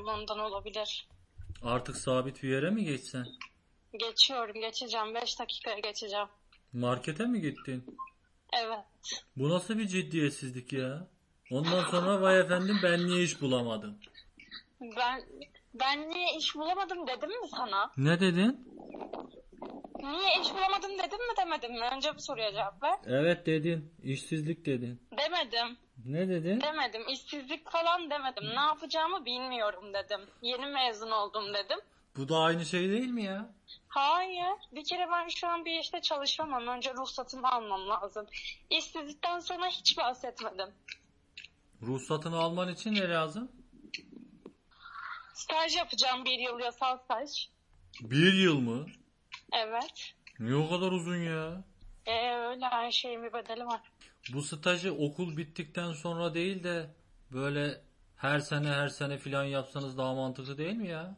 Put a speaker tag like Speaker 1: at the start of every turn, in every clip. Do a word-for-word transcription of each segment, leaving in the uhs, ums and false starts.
Speaker 1: Bilmiyorum, ondan olabilir.
Speaker 2: Artık sabit bir yere mi geçsen?
Speaker 1: Geçiyorum, geçeceğim. Beş dakikaya geçeceğim.
Speaker 2: Markete mi gittin?
Speaker 1: Evet.
Speaker 2: Bu nasıl bir ciddiyetsizlik ya? Ondan sonra vay efendim ben niye iş bulamadım?
Speaker 1: Ben ben niye iş bulamadım dedim mi sana?
Speaker 2: Ne dedin?
Speaker 1: Niye iş bulamadım dedim mi demedim mi? Önce bu soruya cevap ver.
Speaker 2: Evet dedin. İşsizlik dedin.
Speaker 1: Demedim.
Speaker 2: Ne dedin?
Speaker 1: Demedim. İşsizlik falan demedim. Ne yapacağımı bilmiyorum dedim. Yeni mezun oldum dedim.
Speaker 2: Bu da aynı şey değil mi ya?
Speaker 1: Hayır. Bir kere ben şu an bir işte çalışamam. Önce ruhsatımı almam lazım. İşsizlikten sonra hiç bahsetmedim.
Speaker 2: Ruhsatını alman için ne lazım?
Speaker 1: Staj yapacağım, bir yıl yasal staj.
Speaker 2: Bir yıl mı?
Speaker 1: Evet.
Speaker 2: Niye o kadar uzun ya?
Speaker 1: Ee, öyle, her şeyin bir bedeli var.
Speaker 2: Bu stajı okul bittikten sonra değil de böyle her sene her sene filan yapsanız daha mantıklı değil mi ya?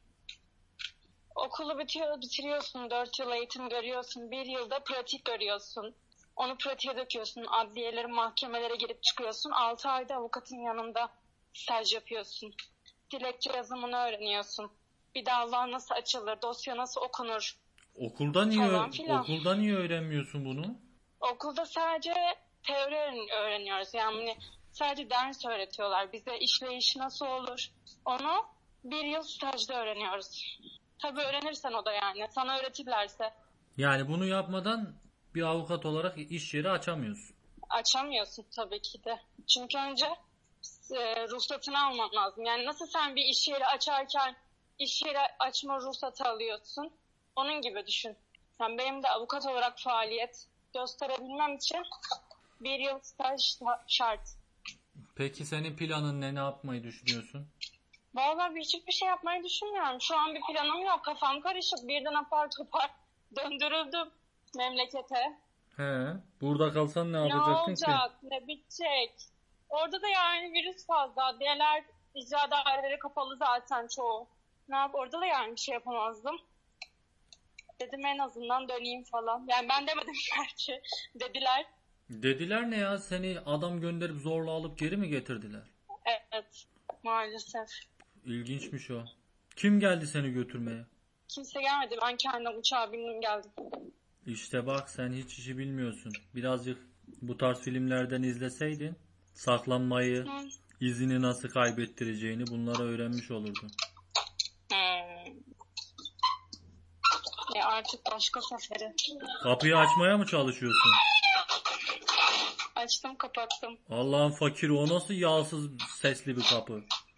Speaker 1: Okulu bitiyor, bitiriyorsun, dört yıl eğitim görüyorsun, bir yılda pratik görüyorsun. Onu pratiğe döküyorsun, adliyelere, mahkemelere girip çıkıyorsun. Altı ayda avukatın yanında staj yapıyorsun. Dilekçe yazımını öğreniyorsun. Bir dava nasıl açılır, dosya nasıl okunur
Speaker 2: Okulda niye
Speaker 1: falan filan.
Speaker 2: okulda niye öğrenmiyorsun bunu?
Speaker 1: Okulda sadece teori öğreniyoruz. Yani sadece ders öğretiyorlar. Bize işleyiş nasıl olur, onu bir yıl stajda öğreniyoruz. Tabii öğrenirsen o da yani. Sana öğretirlerse.
Speaker 2: Yani bunu yapmadan bir avukat olarak iş yeri açamıyorsun.
Speaker 1: Açamıyorsun tabii ki de. Çünkü önce e, ruhsatını alman lazım. Yani nasıl sen bir iş yeri açarken iş yeri açma ruhsatı alıyorsun. Onun gibi düşün. Yani benim de avukat olarak faaliyet gösterebilmem için bir yıl staj şart.
Speaker 2: Peki senin planın ne? Ne yapmayı düşünüyorsun?
Speaker 1: Vallahi hiçbir şey yapmayı düşünmüyorum. Şu an bir planım yok. Kafam karışık. Birden apar topar döndürüldüm memlekete.
Speaker 2: He, burada kalsan ne
Speaker 1: Ne
Speaker 2: yapacaktın ki?
Speaker 1: olacak? Ne bitecek? Orada da yani virüs fazla. Adliyeler, icra daireleri kapalı zaten çoğu. Ne yap? Orada da yani bir şey yapamazdım. Dedim en azından döneyim falan. Yani ben demedim gerçi. Dediler.
Speaker 2: Dediler ne ya? Seni adam gönderip zorla alıp geri mi getirdiler?
Speaker 1: Evet. Maalesef.
Speaker 2: İlginçmiş o. Kim geldi seni götürmeye?
Speaker 1: Kimse gelmedi. Ben kendim uçağa bindim geldim.
Speaker 2: İşte bak sen hiç işi bilmiyorsun. Birazcık bu tarz filmlerden izleseydin saklanmayı,
Speaker 1: Hı.
Speaker 2: izini nasıl kaybettireceğini bunları öğrenmiş olurdun.
Speaker 1: Hmm. E artık başka seferi.
Speaker 2: Kapıyı açmaya mı çalışıyorsun?
Speaker 1: Açtım kapattım.
Speaker 2: Allah'ın fakiri, o nasıl yağsız sesli bir kapı?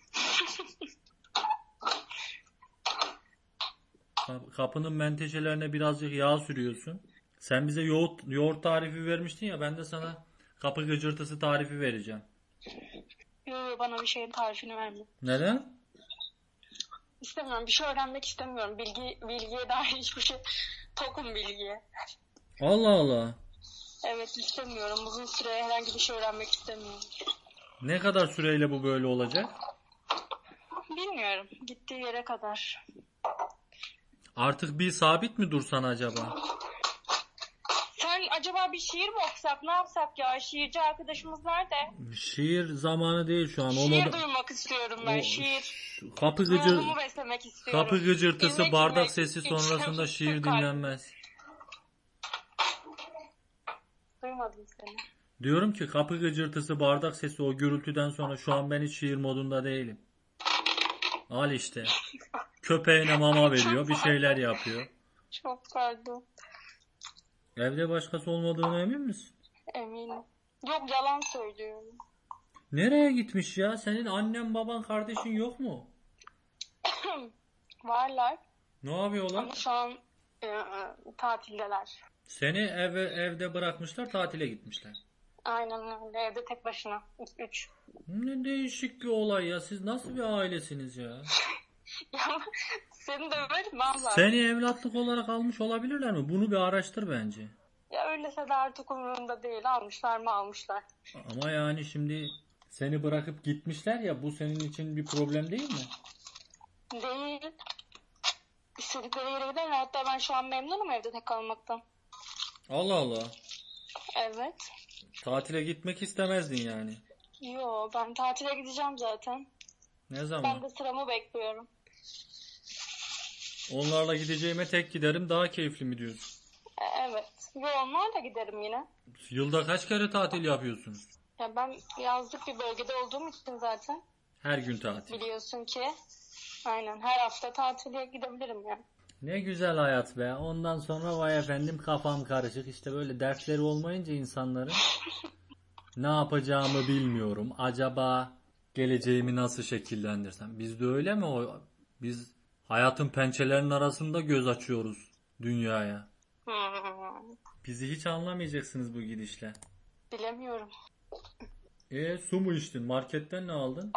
Speaker 2: Kapının menteşelerine birazcık yağ sürüyorsun. Sen bize yoğurt, yoğurt tarifi vermiştin ya, ben de sana kapı gıcırtısı tarifi vereceğim.
Speaker 1: Yok yok, bana bir şeyin tarifini verme.
Speaker 2: Neden?
Speaker 1: İstemiyorum. Bir şey öğrenmek istemiyorum. Bilgi, bilgiye dair hiçbir şey. Tokum bilgiye.
Speaker 2: Allah Allah.
Speaker 1: Evet, istemiyorum. Uzun süre herhangi bir şey öğrenmek istemiyorum.
Speaker 2: Ne kadar süreyle bu böyle olacak?
Speaker 1: Bilmiyorum. Gittiği yere kadar.
Speaker 2: Artık bir sabit mi dursan acaba?
Speaker 1: Sen acaba bir şiir mi okusak? Ne yapsak ya? Şiirci arkadaşımız nerede?
Speaker 2: Şiir zamanı değil şu an.
Speaker 1: Şiir
Speaker 2: moda...
Speaker 1: duymak istiyorum ben.
Speaker 2: o...
Speaker 1: Şiir.
Speaker 2: Kapı gıcır...
Speaker 1: Ruhumu beslemek istiyorum.
Speaker 2: Kapı gıcırtısı,
Speaker 1: İlmek
Speaker 2: bardak
Speaker 1: ilmek
Speaker 2: sesi
Speaker 1: içim,
Speaker 2: sonrasında şiir
Speaker 1: kalbim.
Speaker 2: dinlenmez.
Speaker 1: Duymadım seni.
Speaker 2: Diyorum ki kapı gıcırtısı, bardak sesi, o gürültüden sonra şu an ben hiç şiir modunda değilim. Al işte. Köpeğine mama veriyor, bir şeyler yapıyor.
Speaker 1: Çok pardon.
Speaker 2: Evde başkası olmadığına emin misin?
Speaker 1: Eminim. Yok, yalan söylüyorum.
Speaker 2: Nereye gitmiş ya? Senin annen, baban, kardeşin yok mu?
Speaker 1: Varlar.
Speaker 2: Ne yapıyorlar?
Speaker 1: Ama şu an e, e, tatildeler.
Speaker 2: Seni eve, evde bırakmışlar, tatile gitmişler.
Speaker 1: Aynen öyle. Evde tek başına. Üç.
Speaker 2: Ne değişik bir olay ya. Siz nasıl bir ailesiniz ya?
Speaker 1: Ya seni döverim valla.
Speaker 2: Seni evlatlık olarak almış olabilirler mi? Bunu bir araştır bence.
Speaker 1: Ya öylese de artık umurumda değil. Almışlar mı almışlar.
Speaker 2: Ama yani şimdi seni bırakıp gitmişler ya, bu senin için bir problem değil mi?
Speaker 1: Değil. İstedikleri yere giderler. Hatta ben şu an memnunum evde tek kalmaktan.
Speaker 2: Allah Allah.
Speaker 1: Evet.
Speaker 2: Tatile gitmek istemezdin yani.
Speaker 1: Yo, ben tatile gideceğim zaten.
Speaker 2: Ne
Speaker 1: Ben
Speaker 2: zaman?
Speaker 1: de sıramı bekliyorum.
Speaker 2: Onlarla gideceğime tek giderim, daha keyifli mi diyorsun?
Speaker 1: E, evet. Yo, onlarla giderim yine.
Speaker 2: Yılda kaç kere tatil yapıyorsunuz?
Speaker 1: Ya ben yazlık bir bölgede olduğum için zaten
Speaker 2: Her gün tatil.
Speaker 1: biliyorsun ki aynen her hafta tatile gidebilirim ya.
Speaker 2: Ne güzel hayat be. Ondan sonra vay efendim kafam karışık. İşte böyle dertleri olmayınca insanların ne yapacağımı bilmiyorum. Acaba geleceğimi nasıl şekillendirsem? Biz de öyle mi? O, biz hayatın pençelerinin arasında göz açıyoruz dünyaya.
Speaker 1: Hmm,
Speaker 2: Bizi hiç anlamayacaksınız bu gidişle.
Speaker 1: bilemiyorum.
Speaker 2: E su mu içtin? Marketten ne aldın?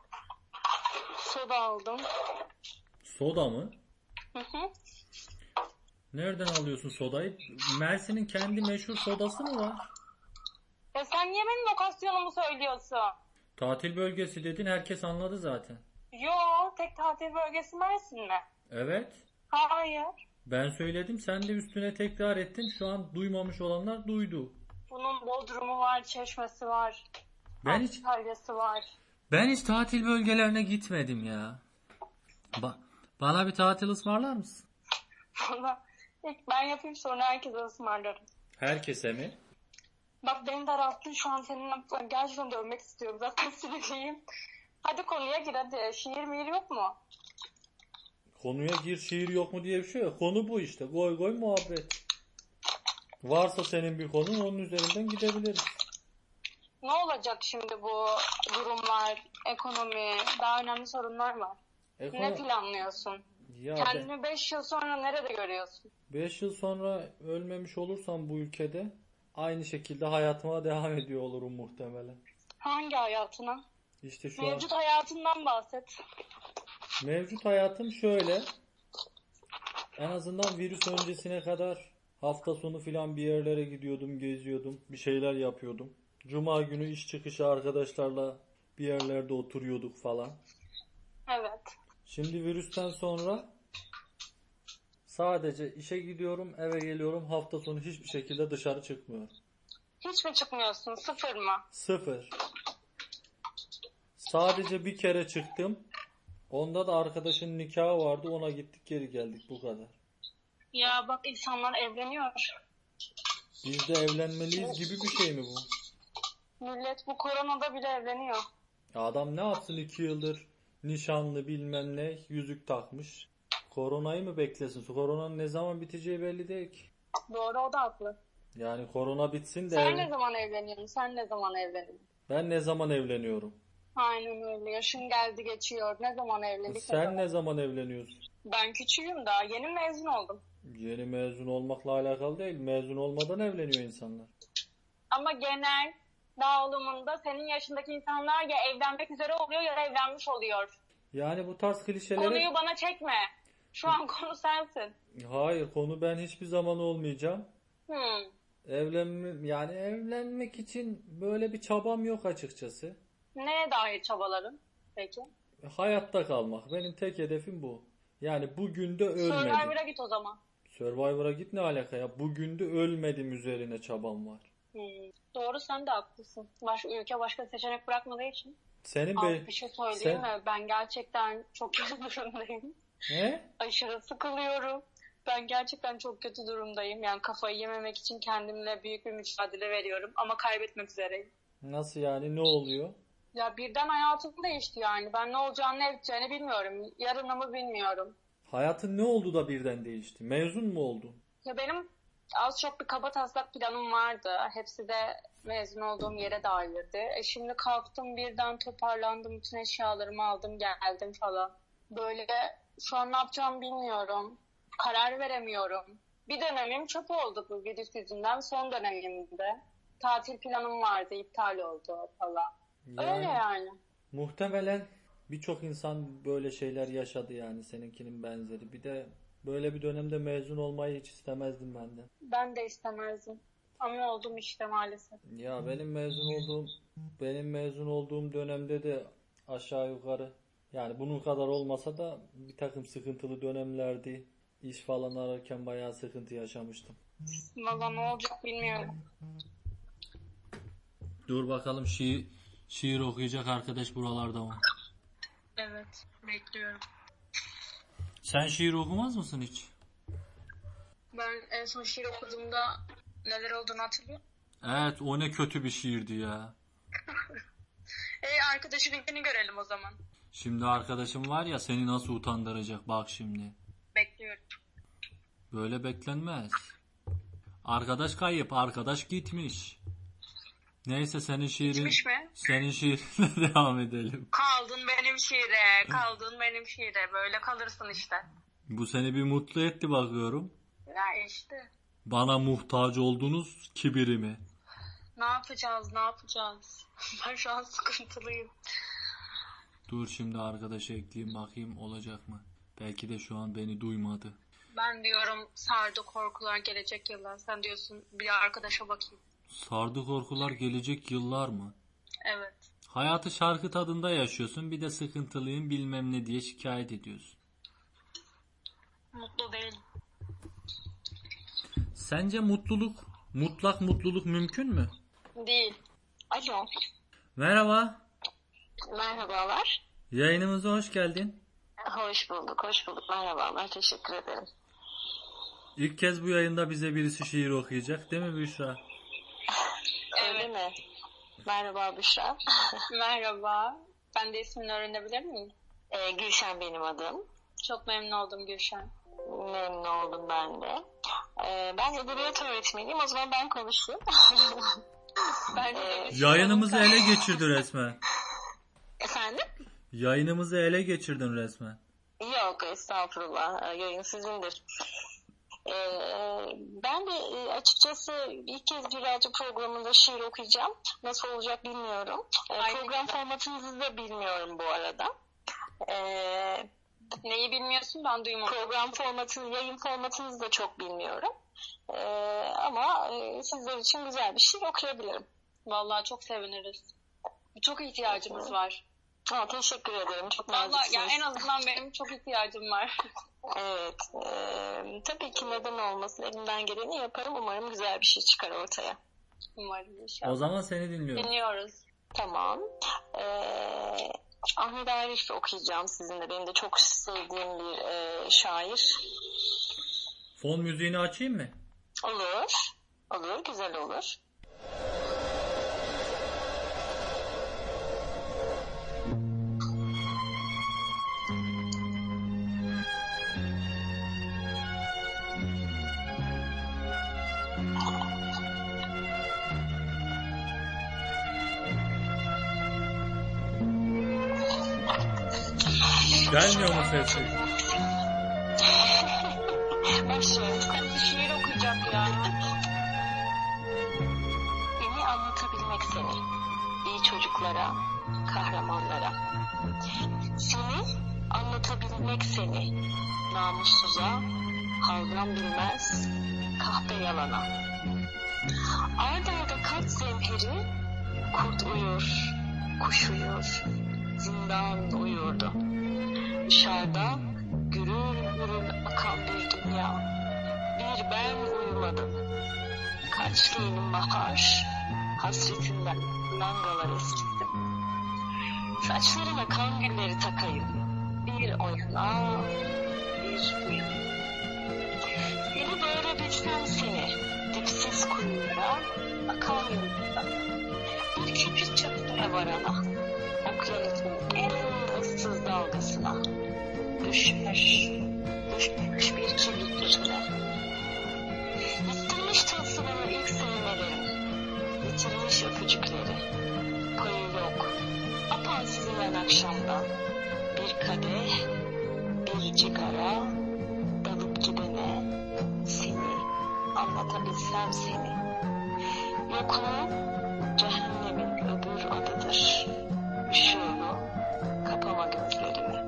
Speaker 1: Soda aldım.
Speaker 2: Soda mı?
Speaker 1: Hı hı.
Speaker 2: Nereden alıyorsun sodayı? Mersin'in kendi meşhur sodası mı var?
Speaker 1: Ya sen niye benim lokasyonumu söylüyorsun?
Speaker 2: Tatil bölgesi dedin, herkes anladı zaten.
Speaker 1: Yo, tek tatil bölgesi Mersin mi?
Speaker 2: Evet.
Speaker 1: Hayır.
Speaker 2: Ben söyledim, sen de üstüne tekrar ettin. Şu an duymamış olanlar duydu.
Speaker 1: Bunun Bodrum'u var, Çeşme'si var.
Speaker 2: Ben hiç
Speaker 1: Antalya'sı var.
Speaker 2: ben hiç tatil bölgelerine gitmedim ya. Ba bana bir tatil ısmarlar mısın?
Speaker 1: Valla ilk ben yapayım sonra herkese ısmarlarım.
Speaker 2: Herkese mi?
Speaker 1: Bak beni daralttın şu an seninle gerçekten dövmek istiyorum. Zaten sinirliyim. Hadi konuya gir hadi. Şiir mihir yok mu?
Speaker 2: Konuya gir, şiir yok mu diye bir şey yok. Konu bu işte. Goy goy muhabbet. Varsa senin bir konun, onun üzerinden gidebiliriz.
Speaker 1: Ne olacak şimdi bu durumlar, ekonomi, daha önemli sorunlar var.
Speaker 2: Ekono-
Speaker 1: Ne planlıyorsun?
Speaker 2: Ya
Speaker 1: Kendini beş yıl sonra nerede görüyorsun?
Speaker 2: beş yıl sonra ölmemiş olursam bu ülkede aynı şekilde hayatıma devam ediyor olurum muhtemelen.
Speaker 1: Hangi hayatına?
Speaker 2: İşte şu
Speaker 1: Mevcut
Speaker 2: an
Speaker 1: hayatından bahset.
Speaker 2: mevcut hayatım şöyle. En azından virüs öncesine kadar hafta sonu filan bir yerlere gidiyordum, geziyordum, bir şeyler yapıyordum. Cuma günü iş çıkışı arkadaşlarla bir yerlerde oturuyorduk falan.
Speaker 1: Evet.
Speaker 2: Şimdi virüsten sonra sadece işe gidiyorum, eve geliyorum, hafta sonu hiçbir şekilde dışarı çıkmıyorum.
Speaker 1: Hiç mi çıkmıyorsun? Sıfır mı?
Speaker 2: Sıfır. Sadece bir kere çıktım. Onda da arkadaşın nikahı vardı, ona gittik geri geldik, bu kadar.
Speaker 1: Ya bak insanlar evleniyor.
Speaker 2: Biz de evlenmeliyiz gibi bir şey mi bu?
Speaker 1: Millet bu koronada bile evleniyor.
Speaker 2: Ya adam ne yapsın, iki yıldır nişanlı bilmem ne, yüzük takmış. Koronayı mı beklesin? Koronanın ne zaman biteceği belli değil ki.
Speaker 1: Doğru, o da haklı.
Speaker 2: Yani korona bitsin de
Speaker 1: Sen
Speaker 2: ev-
Speaker 1: ne zaman evleniyorsun? Sen ne zaman evleniyorsun?
Speaker 2: ben ne zaman evleniyorum?
Speaker 1: Aynen öyle. Yaşın geldi geçiyor. Ne zaman evlendik? ne
Speaker 2: Sen
Speaker 1: zaman?
Speaker 2: ne zaman evleniyorsun?
Speaker 1: Ben küçüğüm daha. Yeni mezun oldum.
Speaker 2: Yeni mezun olmakla alakalı değil. Mezun olmadan evleniyor insanlar.
Speaker 1: Ama genel dağılımında senin yaşındaki insanlar ya evlenmek üzere oluyor ya da evlenmiş oluyor.
Speaker 2: Yani bu tarz klişeleri...
Speaker 1: Konuyu bana çekme. Şu an konu sensin.
Speaker 2: Hayır, konu ben hiçbir zaman olmayacağım.
Speaker 1: Hmm.
Speaker 2: Evlenme, yani evlenmek için böyle bir çabam yok açıkçası.
Speaker 1: Neye dair çabaların peki?
Speaker 2: Hayatta kalmak. Benim tek hedefim bu. Yani bugün de ölmedim.
Speaker 1: Survivor'a git o zaman.
Speaker 2: Survivor'a git ne alaka ya? Bugün de ölmedim üzerine çabam var.
Speaker 1: Hmm. Doğru, sen de haklısın. Baş, ülke başka seçenek bırakmadığı için.
Speaker 2: Senin
Speaker 1: Abi
Speaker 2: be...
Speaker 1: bir şey söyleyeyim
Speaker 2: Sen...
Speaker 1: mi? Ben gerçekten çok kötü durumdayım.
Speaker 2: He?
Speaker 1: Aşırı sıkılıyorum. Ben gerçekten çok kötü durumdayım. Yani kafayı yememek için kendimle büyük bir mücadele veriyorum. Ama kaybetmek üzereyim.
Speaker 2: Nasıl yani? Ne oluyor?
Speaker 1: Ya birden hayatım değişti yani. Ben ne olacağını ne biteceğini bilmiyorum. Yarınımı bilmiyorum.
Speaker 2: Hayatın ne oldu da birden değişti? Mezun mu oldun?
Speaker 1: Ya benim az çok bir kabataslak planım vardı. Hepsi de mezun olduğum yere dairdi. E şimdi kalktım birden toparlandım. Bütün eşyalarımı aldım geldim falan. Böyle şu an ne yapacağımı bilmiyorum. Karar veremiyorum. Bir dönemim çöp oldu bu virüs yüzünden. Son dönemimde. Tatil planım vardı, iptal oldu falan.
Speaker 2: Yani,
Speaker 1: Öyle yani.
Speaker 2: muhtemelen birçok insan böyle şeyler yaşadı yani, seninkinin benzeri. Bir de böyle bir dönemde mezun olmayı hiç istemezdim ben de.
Speaker 1: Ben de istemezdim. Ama oldum işte maalesef.
Speaker 2: Ya benim mezun olduğum benim mezun olduğum dönemde de aşağı yukarı, yani bunun kadar olmasa da bir takım sıkıntılı dönemlerdi. İş falan ararken bayağı sıkıntı yaşamıştım.
Speaker 1: Valla ne olacak bilmiyorum.
Speaker 2: Dur bakalım, şiir, şiir okuyacak arkadaş buralarda mı?
Speaker 1: Evet. Bekliyorum.
Speaker 2: Sen şiir okumaz mısın hiç?
Speaker 1: Ben en son şiir okuduğumda neler olduğunu hatırlıyorum.
Speaker 2: Evet, o ne kötü bir şiirdi ya.
Speaker 1: E arkadaşın linkini görelim o zaman.
Speaker 2: Şimdi arkadaşım var ya, seni nasıl utandıracak bak şimdi.
Speaker 1: Bekliyorum.
Speaker 2: Böyle beklenmez. Arkadaş kayıp, arkadaş gitmiş. Neyse, senin şiirin...
Speaker 1: Gitmiş mi?
Speaker 2: Senin şiirine devam edelim.
Speaker 1: Kaldın benim şiire, kaldın benim şiire. Böyle kalırsın işte.
Speaker 2: Bu seni bir mutlu etti bakıyorum.
Speaker 1: Ya işte.
Speaker 2: Bana muhtaç oldunuz kibirimi.
Speaker 1: Ne yapacağız, ne yapacağız? Ben şu an sıkıntılıyım.
Speaker 2: Dur şimdi arkadaşı ekleyeyim, bakayım olacak mı? Belki de şu an beni duymadı.
Speaker 1: Ben diyorum sardı korkular gelecek yıllar. Sen diyorsun bir arkadaşa bakayım.
Speaker 2: Sardı korkular gelecek yıllar mı?
Speaker 1: Evet.
Speaker 2: Hayatı şarkı tadında yaşıyorsun, bir de sıkıntılıyım bilmem ne diye şikayet ediyorsun.
Speaker 1: Mutlu değilim.
Speaker 2: Sence mutluluk, mutlak mutluluk mümkün mü?
Speaker 1: Değil. Alo.
Speaker 2: Merhaba.
Speaker 3: Merhabalar.
Speaker 2: Yayınımıza hoş geldin.
Speaker 3: Hoş bulduk, hoş bulduk. Merhabalar, teşekkür ederim.
Speaker 2: İlk kez bu yayında bize birisi şiir okuyacak, değil mi Büşra?
Speaker 3: Öyle mi? Merhaba Büşra.
Speaker 1: Merhaba. Ben de ismini öğrenebilir miyim?
Speaker 3: Ee, Gülşen benim adım.
Speaker 1: Çok memnun oldum Gülşen.
Speaker 3: Memnun oldum ben de. Ee, ben edebiyat öğretmeniyim. O zaman ben konuşayım.
Speaker 1: Ben de
Speaker 2: Yayınımızı ele geçirdin resmen.
Speaker 3: Efendim?
Speaker 2: Yayınımızı ele geçirdin resmen.
Speaker 3: Yok, estağfurullah. Ee, Yayın sizindir. Ee, ben de e, açıkçası ilk kez bir radyo programında şiir okuyacağım. Nasıl olacak bilmiyorum. Ee, program formatınızı da bilmiyorum bu arada. Ee,
Speaker 1: Neyi bilmiyorsun ben duymadım.
Speaker 3: Program formatını, yayın formatınızı da çok bilmiyorum. Ee, ama e, sizler için güzel bir şey okuyabilirim.
Speaker 1: Vallahi çok seviniriz. Çok ihtiyacımız var.
Speaker 3: Ha, teşekkür ederim. Çok
Speaker 1: Vallahi
Speaker 3: naziksiniz.
Speaker 1: yani en azından benim çok ihtiyacım var.
Speaker 3: Evet. E, tabii ki neden olmasın. Elimden geleni yaparım. Umarım güzel bir şey çıkar ortaya.
Speaker 1: Umarım inşallah.
Speaker 2: O zaman seni dinliyorum.
Speaker 1: Dinliyoruz.
Speaker 3: Tamam. Ee, Ahmet Arif okuyacağım sizinle. Benim de çok sevdiğim bir e, şair.
Speaker 2: Fon müziğini açayım mı?
Speaker 3: Olur. Olur. Güzel olur.
Speaker 2: Gelmiyor mu sesi?
Speaker 3: Başlıyorum.
Speaker 1: Hadi şiir okuyacak ya.
Speaker 3: Beni anlatabilmek seni. İyi çocuklara, kahramanlara. Seni anlatabilmek seni. Namussuza, haldan bilmez, kahpe yalana. Ard arda kaç zemheri, kurt uyur, kuş uyur, zindan uyurdu. Dışarıda gürül gürül akan bir dünya. Bir ben uyumadım. Kaç leylim bahar, hasretinden langalar eskittim. Saçlarına kan gülleri takayım. Bir o yana, bir bu yana. Beni doğurabilsem seni, dipsiz kuyulara, akan yollara. Bir kibrit çapına varana, okyanusun en ıssız dalgasına. Düşmüş, düşmüş bir kibrit üstüne. Yitirmiş tılsımını ilk sevmelerim, yitirmiş öpücükleri. Payı yok, apansızlayan akşamda. Bir kadeh, bir cigara, dalıp gidene seni, anlatabilsem seni. Yokluğum cehennemin öbür adıdır. Işığını kapama gözlerimi.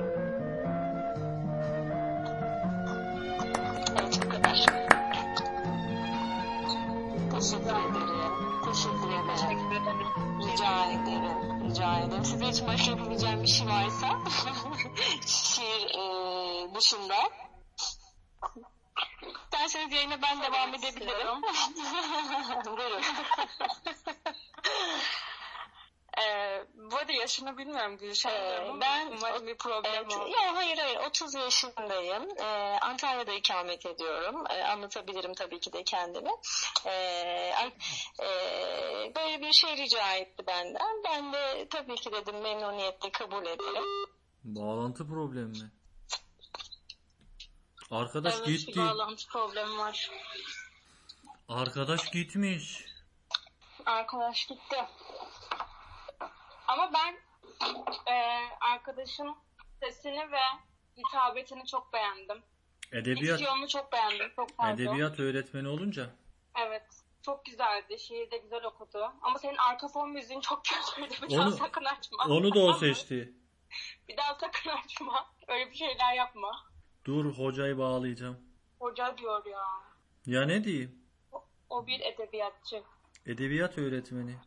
Speaker 3: Evet, bu kadar. Teşekkür ederim. Teşekkür ederim.
Speaker 1: Teşekkür ederim.
Speaker 3: Rica ederim. Rica ederim. Size hiç başka yapabileceğim bir şey varsa şiir e, dışında. İsterseniz yayına ben devam edebilirim. Buyurun.
Speaker 1: Ee, bu arada yaşını bilmiyorum Gülşen.
Speaker 3: Ee,
Speaker 1: ama
Speaker 3: ben
Speaker 1: umarım bir problem
Speaker 3: evet,
Speaker 1: olmaz.
Speaker 3: ya hayır hayır otuz yaşındayım. Ee, Antalya'da ikamet ediyorum. Ee, anlatabilirim tabii ki de kendimi. Ee, e, böyle bir şey rica etti benden. Ben de tabii ki dedim memnuniyetle kabul ederim.
Speaker 2: Bağlantı problemi mi? Arkadaş
Speaker 1: Evet,
Speaker 2: gitti.
Speaker 1: bir bağlantı problemi var.
Speaker 2: Arkadaş gitmiş.
Speaker 1: Arkadaş gitti. Ama ben e, arkadaşın sesini ve hitabetini çok beğendim.
Speaker 2: Edebiyat
Speaker 1: Diksiyonunu çok beğendim. Çok pardon.
Speaker 2: edebiyat öğretmeni olunca.
Speaker 1: Evet. Çok güzeldi. Şiiri de güzel okudu. Ama senin arka fon müziğin çok kötüydü. Bir daha
Speaker 2: Onu-
Speaker 1: sakın açma.
Speaker 2: Onu da o seçti.
Speaker 1: Bir daha sakın açma. Öyle bir şeyler yapma.
Speaker 2: Dur hocayı bağlayacağım.
Speaker 1: Hoca diyor ya.
Speaker 2: Ya ne diyeyim?
Speaker 1: O, o bir edebiyatçı.
Speaker 2: Edebiyat öğretmeni.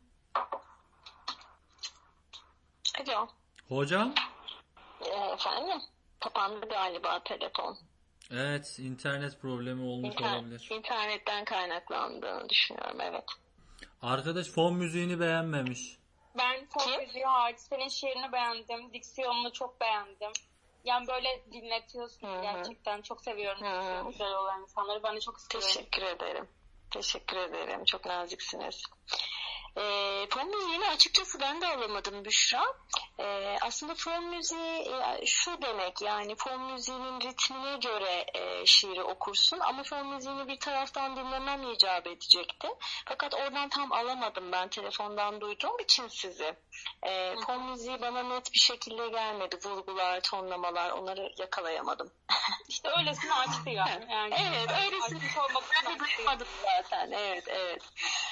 Speaker 3: Alo.
Speaker 2: Hocam?
Speaker 3: Ee, efendim? Kapandı galiba telefon.
Speaker 2: Evet, internet problemi olmuş
Speaker 3: İnter-
Speaker 2: olabilir.
Speaker 3: İnternetten kaynaklandığını düşünüyorum, evet.
Speaker 2: Arkadaş fon müziğini beğenmemiş.
Speaker 1: Ben fon
Speaker 3: Kim?
Speaker 1: müziği hariç senin şiirini beğendim. Diksiyonunu çok beğendim. Yani böyle dinletiyorsun
Speaker 3: Hı hı.
Speaker 1: gerçekten. Çok seviyorum
Speaker 3: Hı hı.
Speaker 1: diksiyonu güzel olan insanları. Ben de çok istiyorum.
Speaker 3: Teşekkür ederim. Teşekkür ederim. Çok naziksiniz. E, fon müziğini açıkçası ben de alamadım Büşra. E, aslında fon müziği e, şu demek, yani fon müziğinin ritmine göre e, şiiri okursun ama fon müziğini bir taraftan dinlemem icap edecekti. Fakat oradan tam alamadım, ben telefondan duyduğum için sizi. E, fon müziği bana net bir şekilde gelmedi. Vurgular, tonlamalar, onları yakalayamadım.
Speaker 1: İşte öylesine açtı yani. yani
Speaker 3: Evet, öylesine.
Speaker 1: Açmış olmak için
Speaker 3: Ben de
Speaker 1: açtı.
Speaker 3: duymadım zaten. Evet, evet.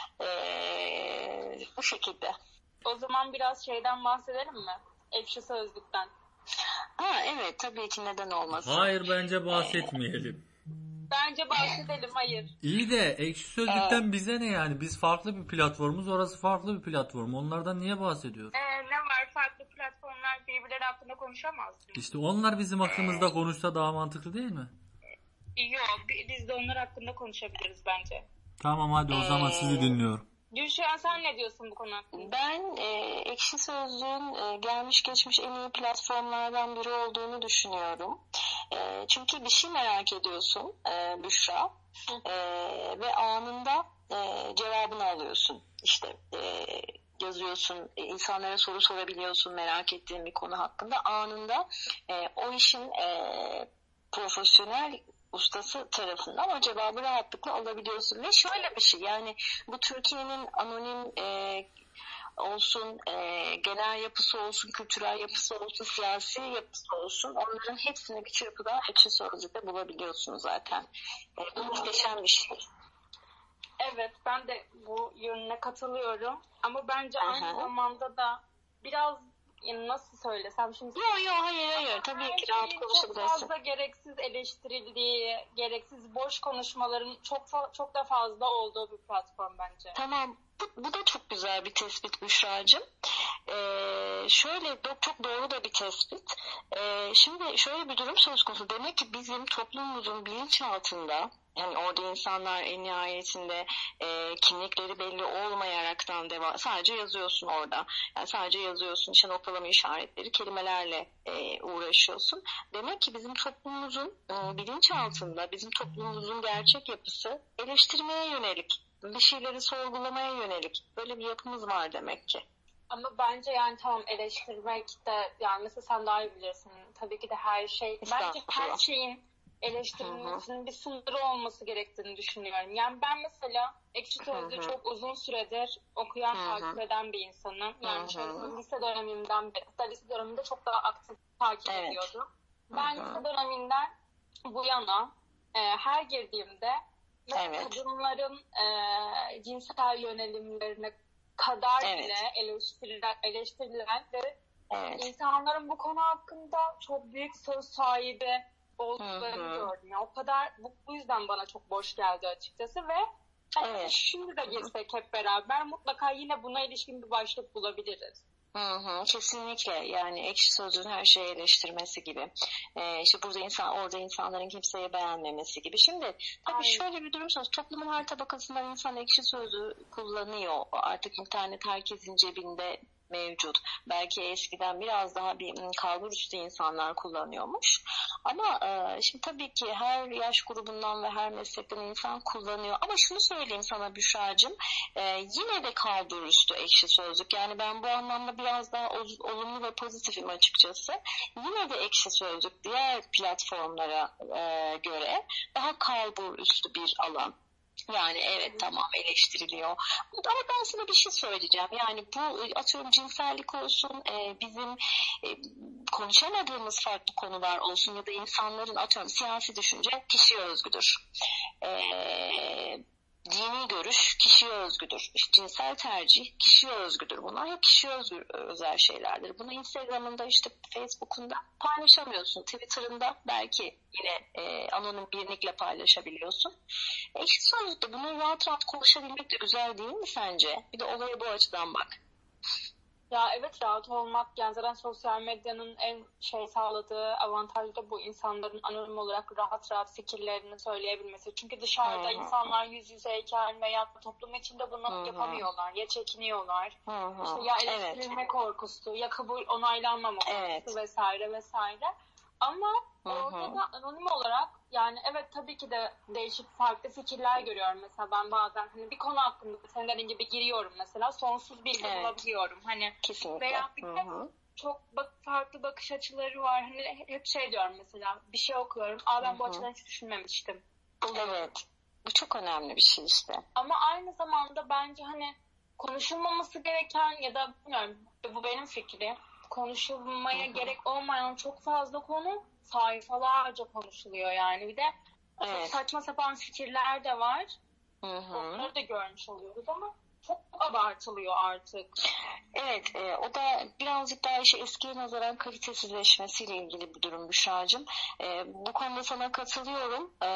Speaker 3: Ee, bu şekilde.
Speaker 1: O zaman biraz şeyden bahsedelim mi? Ekşi Sözlük'ten.
Speaker 3: Ha evet, tabii ki, neden olmasın.
Speaker 2: Hayır bence bahsetmeyelim.
Speaker 1: Bence bahsedelim, hayır.
Speaker 2: İyi de Ekşi Sözlük'ten bize ne yani? Biz farklı bir platformuz, orası farklı bir platform. Onlardan niye bahsediyoruz?
Speaker 1: Ee, ne var, farklı platformlar birbirleri hakkında konuşamaz mı?
Speaker 2: İşte onlar bizim hakkımızda konuşsa daha mantıklı değil mi?
Speaker 1: Yok, biz de onlar hakkında konuşabiliriz bence.
Speaker 2: Tamam hadi o zaman sizi dinliyorum.
Speaker 1: Gülşen, sen ne diyorsun bu konu hakkında?
Speaker 3: Ben e, Ekşi Sözlüğün e, gelmiş geçmiş en iyi platformlardan biri olduğunu düşünüyorum. E, çünkü bir şey merak ediyorsun e, Büşra e, ve anında e, cevabını alıyorsun. İşte e, yazıyorsun, e, insanlara soru sorabiliyorsun merak ettiğin bir konu hakkında. Anında e, o işin e, profesyonel ustası tarafından o cevabı rahatlıkla alabiliyorsun. Ve şöyle bir şey, yani bu Türkiye'nin anonim e, olsun, e, genel yapısı olsun, kültürel yapısı olsun, siyasi yapısı olsun, onların hepsini bir çırpıda Ekşi Sözlük'te bulabiliyorsunuz zaten. E, bu muhteşem bir şey.
Speaker 1: Evet, ben de bu yönüne katılıyorum. Ama bence
Speaker 3: Aha.
Speaker 1: aynı zamanda da biraz, yani nasıl söylesem şimdi...
Speaker 3: Yok yok hayır hayır tabii
Speaker 1: Her
Speaker 3: ki rahat
Speaker 1: şeyin çok
Speaker 3: konuşabilirsin.
Speaker 1: fazla gereksiz eleştirildiği, gereksiz boş konuşmaların çok fa- çok da fazla olduğu bir platform bence.
Speaker 3: Tamam, bu, bu da çok güzel bir tespit Büşra'cığım. Ee, şöyle do- çok doğru da bir tespit. Ee, şimdi şöyle bir durum söz konusu. Demek ki bizim toplumumuzun bilinçaltında, yani orada insanlar en nihayetinde e, kimlikleri belli olmayaraktan devam, sadece yazıyorsun orada. Yani sadece yazıyorsun, işte noktalama işaretleri, kelimelerle e, uğraşıyorsun. Demek ki bizim toplumumuzun e, bilinçaltında, bizim toplumumuzun gerçek yapısı eleştirmeye yönelik, bir şeyleri sorgulamaya yönelik böyle bir yapımız var demek ki.
Speaker 1: Ama bence yani tamam, eleştirmek de, yani mesela sen daha iyi bilirsin. Tabii ki de her şey, bence her
Speaker 3: Estağfurullah.
Speaker 1: şeyin eleştirilmesinin bir sınırı olması gerektiğini düşünüyorum. Yani ben mesela Ekşi Sözlüğü
Speaker 3: Hı hı.
Speaker 1: çok uzun süredir okuyan,
Speaker 3: Hı hı.
Speaker 1: takip eden bir insanım. Yani
Speaker 3: Hı hı.
Speaker 1: şöyle, lise dönemimden beri, hatta lise döneminde çok daha aktif takip
Speaker 3: Evet.
Speaker 1: ediyordum. Ben
Speaker 3: Hı hı.
Speaker 1: lise döneminden bu yana e, her girdiğimde mesela
Speaker 3: Evet.
Speaker 1: kadınların e, cinsel yönelimlerine kadar
Speaker 3: Evet.
Speaker 1: bile eleştirilen, eleştirilen ve
Speaker 3: Evet.
Speaker 1: insanların bu konu hakkında çok büyük söz sahibi olduklarını
Speaker 3: Hı hı.
Speaker 1: gördüm. Yani o kadar, bu, bu yüzden bana çok boş geldi açıkçası ve hani
Speaker 3: Evet.
Speaker 1: şimdi de girsek hep beraber mutlaka yine buna ilişkin bir başlık bulabiliriz.
Speaker 3: Hı hı, kesinlikle, yani Ekşi Sözlüğün her şeyi eleştirmesi gibi, ee, işte burada insan, orada insanların kimseyi beğenmemesi gibi. Şimdi tabii
Speaker 1: Aynen.
Speaker 3: şöyle bir durum söz, toplumun her tabakasından insan Ekşi Sözlüğü kullanıyor. Artık internet herkesin cebinde mevcut. Belki eskiden biraz daha bir kalbur üstü insanlar kullanıyormuş. Ama e, şimdi tabii ki her yaş grubundan ve her meslekten insan kullanıyor. Ama şunu söyleyeyim sana Büşra'cığım, e, yine de kalbur üstü Ekşi Sözlük. Yani ben bu anlamda biraz daha olumlu ve pozitifim açıkçası. Yine de Ekşi Sözlük diğer platformlara e, göre daha kalbur üstü bir alan. Yani evet tamam eleştiriliyor. Ama ben sana bir şey söyleyeceğim. Yani bu atıyorum cinsellik olsun, e, bizim e, konuşamadığımız farklı konular olsun ya da insanların atıyorum siyasi düşünce kişiye özgüdür. Eee Dini görüş kişiye özgüdür. İşte cinsel tercih kişiye özgüdür. Bunlar hep kişiye özgü, özel şeylerdir. Bunu Instagram'ında işte Facebook'unda paylaşamıyorsun. Twitter'ında belki yine e, anonim bir nickle paylaşabiliyorsun. Ekşi Sözlük'te bunu rahat rahat konuşabilmek de güzel değil mi sence? Bir de olaya bu açıdan bak.
Speaker 1: Ya evet, rahat olmak, yani zaten sosyal medyanın en şey sağladığı avantajı da bu, insanların anonim olarak rahat rahat fikirlerini söyleyebilmesi. Çünkü dışarıda Hı-hı. insanlar yüz yüzeyken veya toplum içinde bunu Hı-hı. yapamıyorlar. Ya çekiniyorlar. Hı-hı. İşte ya eleştirilme evet. korkusu, ya kabul onaylanmama korkusu evet. vesaire vesaire. Ama Hı-hı. orada da anonim olarak, yani evet tabii ki de değişik farklı fikirler görüyorum. Mesela ben bazen hani bir konu hakkında senin dediğin gibi giriyorum mesela, sonsuz bilgi evet. bulabiliyorum. Hani
Speaker 3: kesinlikle.
Speaker 1: Veya bir de çok bak, farklı bakış açıları var. Hani hep şey diyorum mesela, bir şey okuyorum. Aa ben Hı-hı. bu açıdan hiç düşünmemiştim.
Speaker 3: Evet. Bu çok önemli bir şey işte.
Speaker 1: Ama aynı zamanda bence hani konuşulmaması gereken ya da bilmiyorum, bu benim fikrim. Konuşulmaya Hı-hı. gerek olmayan çok fazla konu sayfalarca konuşuluyor yani. Bir de evet. çok saçma sapan fikirler de var. Hı-hı. Onları da görmüş oluyoruz ama çok abartılıyor artık.
Speaker 3: Evet, e, o da birazcık daha işte eskiye nazaran kalitesizleşmesiyle ilgili bir durum Büşra'cığım. E, bu konuda sana katılıyorum. E,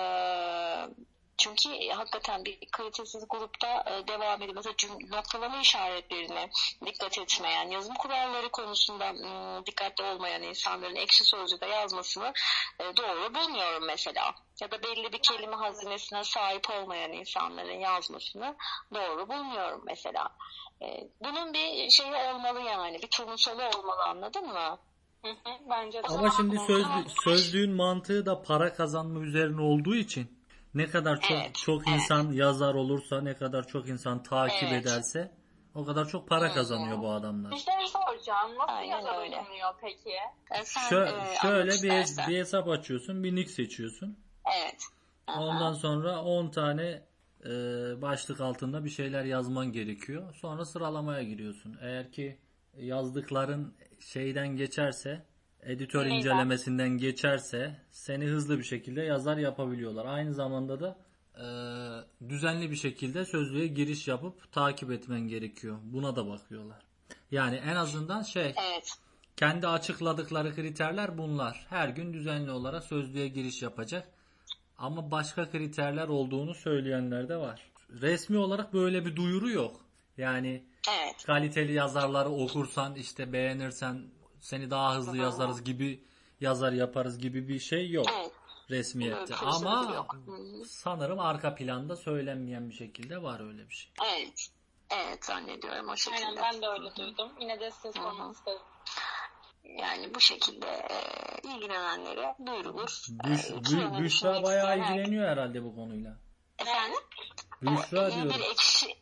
Speaker 3: Çünkü hakikaten bir kalitesiz grupta e, devam ediyor. Mesela cüm- noktalama işaretlerine dikkat etmeyen, yazım kuralları konusunda m, dikkatli olmayan insanların Ekşi Sözlük'te yazmasını e, doğru bulmuyorum mesela. Ya da belli bir kelime hazinesine sahip olmayan insanların yazmasını doğru bulmuyorum mesela. E, bunun bir şeyi olmalı yani, bir turnusolu olmalı, anladın mı?
Speaker 1: Hı hı, bence de.
Speaker 2: Ama şimdi sözlü, sözlüğün mantığı da para kazanma üzerine olduğu için ne kadar çok evet, çok evet. insan yazar olursa, ne kadar çok insan takip evet. ederse o kadar çok para Hı-hı. kazanıyor bu adamlar.
Speaker 1: Bir şey soracağım. Nasıl Aynen yazar öyle. olunuyor peki?
Speaker 3: E sen,
Speaker 2: Şö-
Speaker 3: e,
Speaker 2: şöyle bir, bir hesap açıyorsun, bir nick seçiyorsun.
Speaker 3: Evet. Aha.
Speaker 2: Ondan sonra on tane e, başlık altında bir şeyler yazman gerekiyor. Sonra sıralamaya giriyorsun. Eğer ki yazdıkların şeyden geçerse, editör Neyden? incelemesinden geçerse seni hızlı bir şekilde yazar yapabiliyorlar. Aynı zamanda da e, düzenli bir şekilde sözlüğe giriş yapıp takip etmen gerekiyor. Buna da bakıyorlar. Yani en azından şey
Speaker 3: evet.
Speaker 2: kendi açıkladıkları kriterler bunlar. Her gün düzenli olarak sözlüğe giriş yapacak. Ama başka kriterler olduğunu söyleyenler de var. Resmi olarak böyle bir duyuru yok. Yani
Speaker 3: evet.
Speaker 2: kaliteli yazarları okursan, işte beğenirsen seni daha hızlı Hı-hı. yazarız gibi, yazar yaparız gibi bir şey yok evet. resmiyette. Evet, ama yok. sanırım arka planda söylenmeyen bir şekilde var öyle bir şey.
Speaker 3: Evet. Evet, zannediyorum o şekilde.
Speaker 1: Aynen, ben de öyle Hı-hı. duydum. Yine de size sormak istedim.
Speaker 3: Yani bu şekilde e, ilgilenenlere duyurulur.
Speaker 2: Büş, e, Bü, Büşra bayağı ilgileniyor herhalde bu konuyla.
Speaker 3: Efendim?
Speaker 2: Büşra
Speaker 3: iyi
Speaker 2: diyorum.
Speaker 3: Bir ekşi...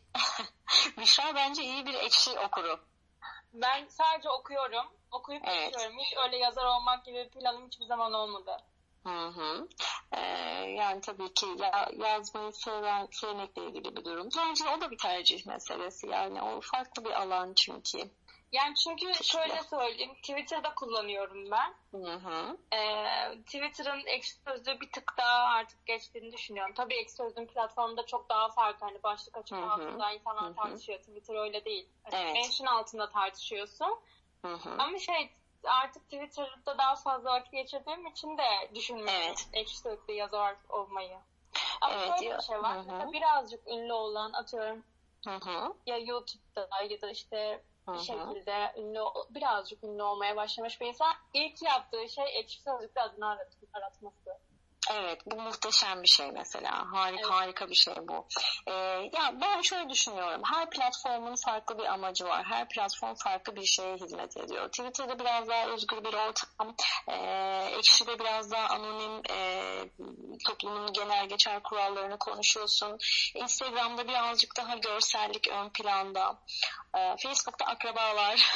Speaker 3: Büşra bence iyi bir ekşi okuru.
Speaker 1: Ben sadece okuyorum. Okuyup evet. geçiyorum. Hiç öyle yazar olmak gibi planım hiçbir zaman olmadı.
Speaker 3: Hı hı. Ee, yani tabii ki ya, yazmayı seven, sevmekle ilgili bir durum. Bence o da bir tercih meselesi. Yani o farklı bir alan çünkü.
Speaker 1: Yani çünkü şöyle söyleyeyim, Twitter'da kullanıyorum ben.
Speaker 3: Hı hı.
Speaker 1: Ee, Twitter'ın Ekşi Sözlüğü bir tık daha artık geçtiğini düşünüyorum. Tabii Ekşi Sözlüğün platformunda çok daha farklı. Hani başlık açık hı hı. altında insanlar hı hı. tartışıyor. Twitter öyle değil. Yani evet. Mention altında tartışıyorsun.
Speaker 3: Hı hı.
Speaker 1: Ama şey, artık Twitter'da daha fazla vakit geçirdiğim için de düşünmüyorum
Speaker 3: evet.
Speaker 1: Ekşi Sözlüğü yazar olmayı. Ama evet, şöyle bir şey var. Hı hı. Mesela birazcık ünlü olan, atıyorum
Speaker 3: hı hı.
Speaker 1: ya YouTube'da ya da işte bir şekilde ünlü, birazcık ünlü olmaya başlamış bir insan ilk yaptığı şey Ekşi Sözlük'te adını arat- aratması.
Speaker 3: Evet, bu muhteşem bir şey mesela. Harika
Speaker 1: Evet.
Speaker 3: harika bir şey bu. Ee, ya ben şöyle düşünüyorum. Her platformun farklı bir amacı var. Her platform farklı bir şeye hizmet ediyor. Twitter'da biraz daha özgür bir ortam. Ee, Ekşi'de biraz daha anonim, e, toplumun genel geçer kurallarını konuşuyorsun. Instagram'da birazcık daha görsellik ön planda. Ee, Facebook'ta akrabalar.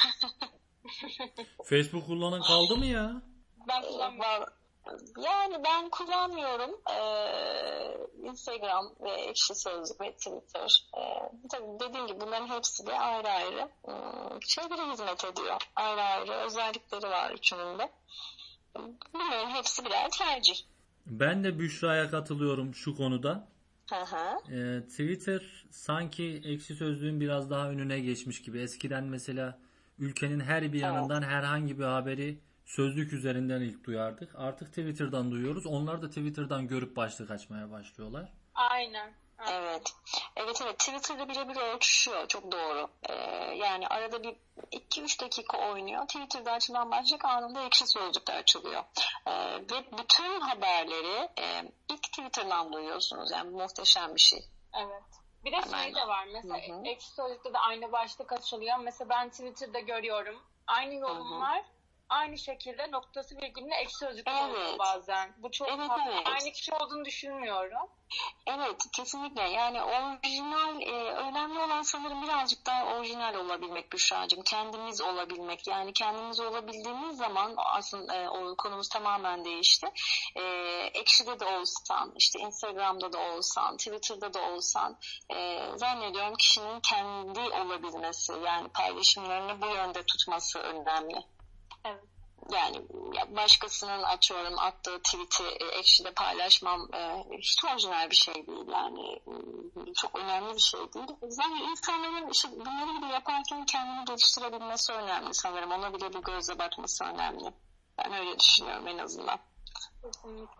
Speaker 2: Facebook kullanan kaldı mı ya?
Speaker 1: Ben kullanmıyorum.
Speaker 3: Yani ben kullanmıyorum. Ee, Instagram ve Ekşi Sözlük ve Twitter. Ee, tabii dediğim gibi bunların hepsi de ayrı ayrı ım, şeylere hizmet ediyor. Ayrı ayrı özellikleri var üçünün de. Bunların hepsi birer tercih.
Speaker 2: Ben de Büşra'ya katılıyorum şu konuda.
Speaker 3: Hı hı.
Speaker 2: Ee, Twitter sanki Ekşi Sözlüğün biraz daha önüne geçmiş gibi. Eskiden mesela ülkenin her bir yanından herhangi bir haberi sözlük üzerinden ilk duyardık. Artık Twitter'dan duyuyoruz. Onlar da Twitter'dan görüp başlık açmaya başlıyorlar.
Speaker 1: Aynen. Aynen.
Speaker 3: Evet. Evet evet Twitter'da birebir ölçüşüyor. Çok doğru. Ee, yani arada bir iki üç dakika oynuyor. Twitter'da açılan başlık anında Ekşi Sözlük'te açılıyor. Ee, ve bütün haberleri e, ilk Twitter'dan duyuyorsunuz. Yani bu muhteşem bir şey.
Speaker 1: Evet. Bir de
Speaker 3: Hemen.
Speaker 1: şey de var. Mesela
Speaker 3: Hı hı.
Speaker 1: Ekşi Sözlük'te de aynı başlık açılıyor. Mesela ben Twitter'da görüyorum. Aynı yorumlar aynı şekilde noktası virgülüne Ekşi Sözlük'te
Speaker 3: Evet.
Speaker 1: oluyor bazen. Bu çok
Speaker 3: Evet,
Speaker 1: farklı.
Speaker 3: evet.
Speaker 1: Aynı kişi olduğunu düşünmüyorum.
Speaker 3: Evet kesinlikle yani orijinal e, önemli olan sanırım birazcık daha orijinal olabilmek Büşra'cığım, kendimiz olabilmek. Yani kendimiz olabildiğimiz zaman aslında e, o konumuz tamamen değişti. E, Ekşi'de de olsan, işte Instagram'da da olsan, Twitter'da da olsan e, zannediyorum kişinin kendi olabilmesi, yani paylaşımlarını bu yönde tutması önemli.
Speaker 1: Evet.
Speaker 3: Yani başkasının atıyorum attığı tweet'i e, Ekşi'de paylaşmam e, hiç orijinal bir şey değil. Yani e, çok önemli bir şey değil. Yani insanların işte bunları bile yaparken kendini geliştirebilmesi önemli sanırım. Ona bile bir gözle bakması önemli. Ben öyle düşünüyorum en azından.
Speaker 1: Kesinlikle.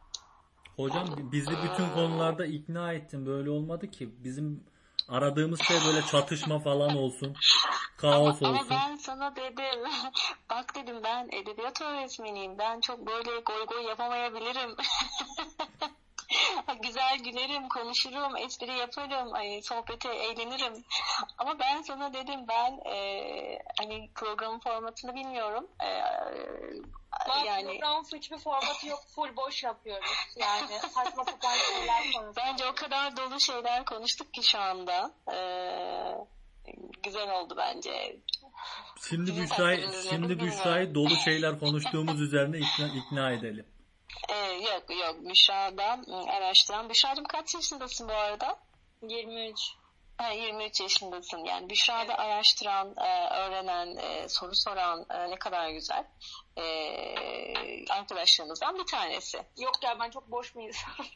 Speaker 2: Hocam bizi bütün konularda ikna ettin. Böyle olmadı ki. Bizim aradığımız şey böyle çatışma falan olsun. Kaos
Speaker 3: Ama,
Speaker 2: olsun.
Speaker 3: ama ben sana dedim, bak dedim ben edebiyat öğretmeniyim. Ben çok böyle goy goy yapamayabilirim. Güzel gülerim, konuşurum, espri yaparım, ay, sohbete eğlenirim. Ama ben sana dedim ben e, hani programın formatını bilmiyorum. E,
Speaker 1: Yani
Speaker 3: yani
Speaker 1: programın hiçbir formatı yok. Full boş yapıyoruz. Yani saçma sapan şeyler konuşuyoruz.
Speaker 3: bence o kadar dolu şeyler konuştuk ki şu anda. E, güzel oldu bence.
Speaker 2: Şimdi
Speaker 3: Sizin
Speaker 2: Büşra'yı
Speaker 3: takdiriniz nedir
Speaker 2: şimdi
Speaker 3: bilmiyorum.
Speaker 2: Büşra'yı dolu şeyler konuştuğumuz üzerine ikna, ikna edelim.
Speaker 3: Ee, yok yok Büşra'dan ı, araştıran. Büşra'cığım kaç yaşındasın bu arada?
Speaker 1: yirmi üç.
Speaker 3: Ha, yirmi üç yaşındasın. Yani Büşra'da araştıran, e, öğrenen, e, soru soran e, ne kadar güzel. E, arkadaşlarımızdan bir tanesi.
Speaker 1: Yok ya ben çok boş bir insanım.